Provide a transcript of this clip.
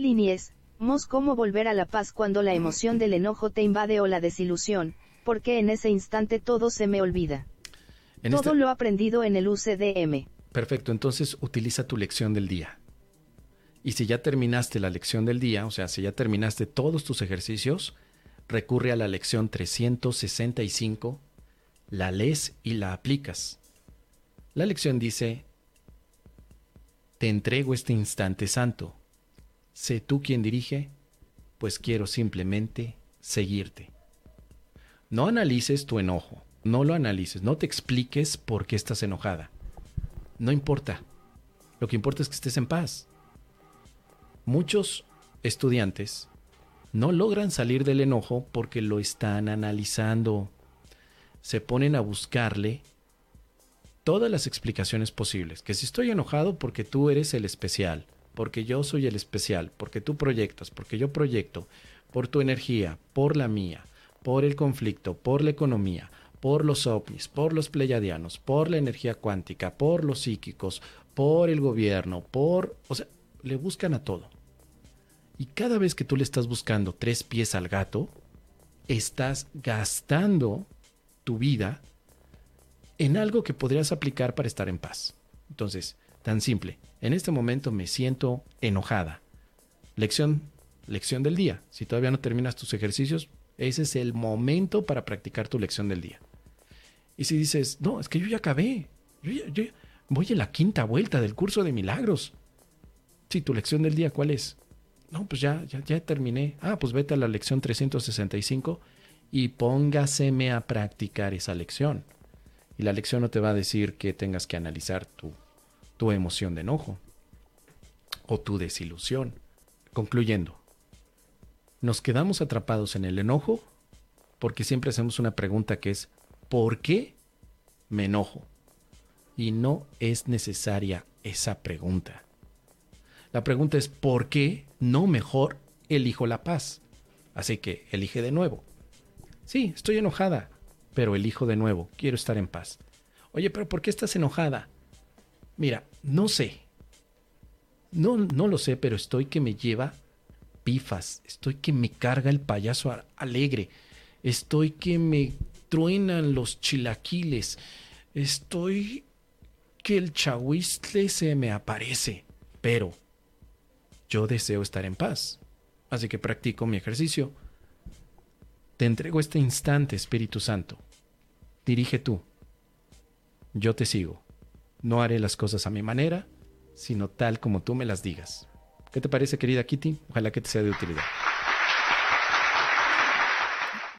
Líneas, ¿cómo volver a la paz cuando la emoción del enojo te invade o la desilusión? Porque en ese instante todo se me olvida. Todo lo aprendido en el UCDM. Perfecto, entonces utiliza tu lección del día. Y si ya terminaste la lección del día, o sea, si ya terminaste todos tus ejercicios, recurre a la lección 365, la lees y la aplicas. La lección dice: te entrego este instante santo. Sé tú quien dirige, pues quiero simplemente seguirte. No analices tu enojo, no lo analices, no te expliques por qué estás enojada. No importa. Lo que importa es que estés en paz. Muchos estudiantes no logran salir del enojo porque lo están analizando. Se ponen a buscarle todas las explicaciones posibles. Que si estoy enojado porque tú eres el especial, porque yo soy el especial, porque tú proyectas, porque yo proyecto, por tu energía, por la mía, por el conflicto, por la economía, por los ovnis, por los pleiadianos, por la energía cuántica, por los psíquicos, por el gobierno, o sea, le buscan a todo. Y cada vez que tú le estás buscando 3 pies al gato, estás gastando tu vida en algo que podrías aplicar para estar en paz. Entonces, tan simple. En este momento me siento enojada. Lección del día. Si todavía no terminas tus ejercicios, ese es el momento para practicar tu lección del día. Y si dices, no, es que yo ya acabé. Yo voy en la 5ª vuelta del curso de milagros. Sí, tu lección del día, ¿cuál es? No, pues ya terminé. Pues vete a la lección 365 y póngaseme a practicar esa lección. Y la lección no te va a decir que tengas que analizar tu emoción de enojo o tu desilusión. Concluyendo, nos quedamos atrapados en el enojo porque siempre hacemos una pregunta que es: ¿por qué me enojo? Y no es necesaria esa pregunta. La pregunta es: ¿por qué no mejor elijo la paz? Así que elige de nuevo. Sí, estoy enojada, pero elijo de nuevo. Quiero estar en paz. Oye, ¿pero por qué estás enojada? Mira, no sé. No lo sé, pero estoy que me lleva pifas. Estoy que me carga el payaso alegre. Estoy que me truenan los chilaquiles. Estoy que el chahuiztle se me aparece. Pero yo deseo estar en paz. Así que practico mi ejercicio. Te entrego este instante, Espíritu Santo. Dirige tú. Yo te sigo. No haré las cosas a mi manera, sino tal como tú me las digas. ¿Qué te parece, querida Kitty? Ojalá que te sea de utilidad.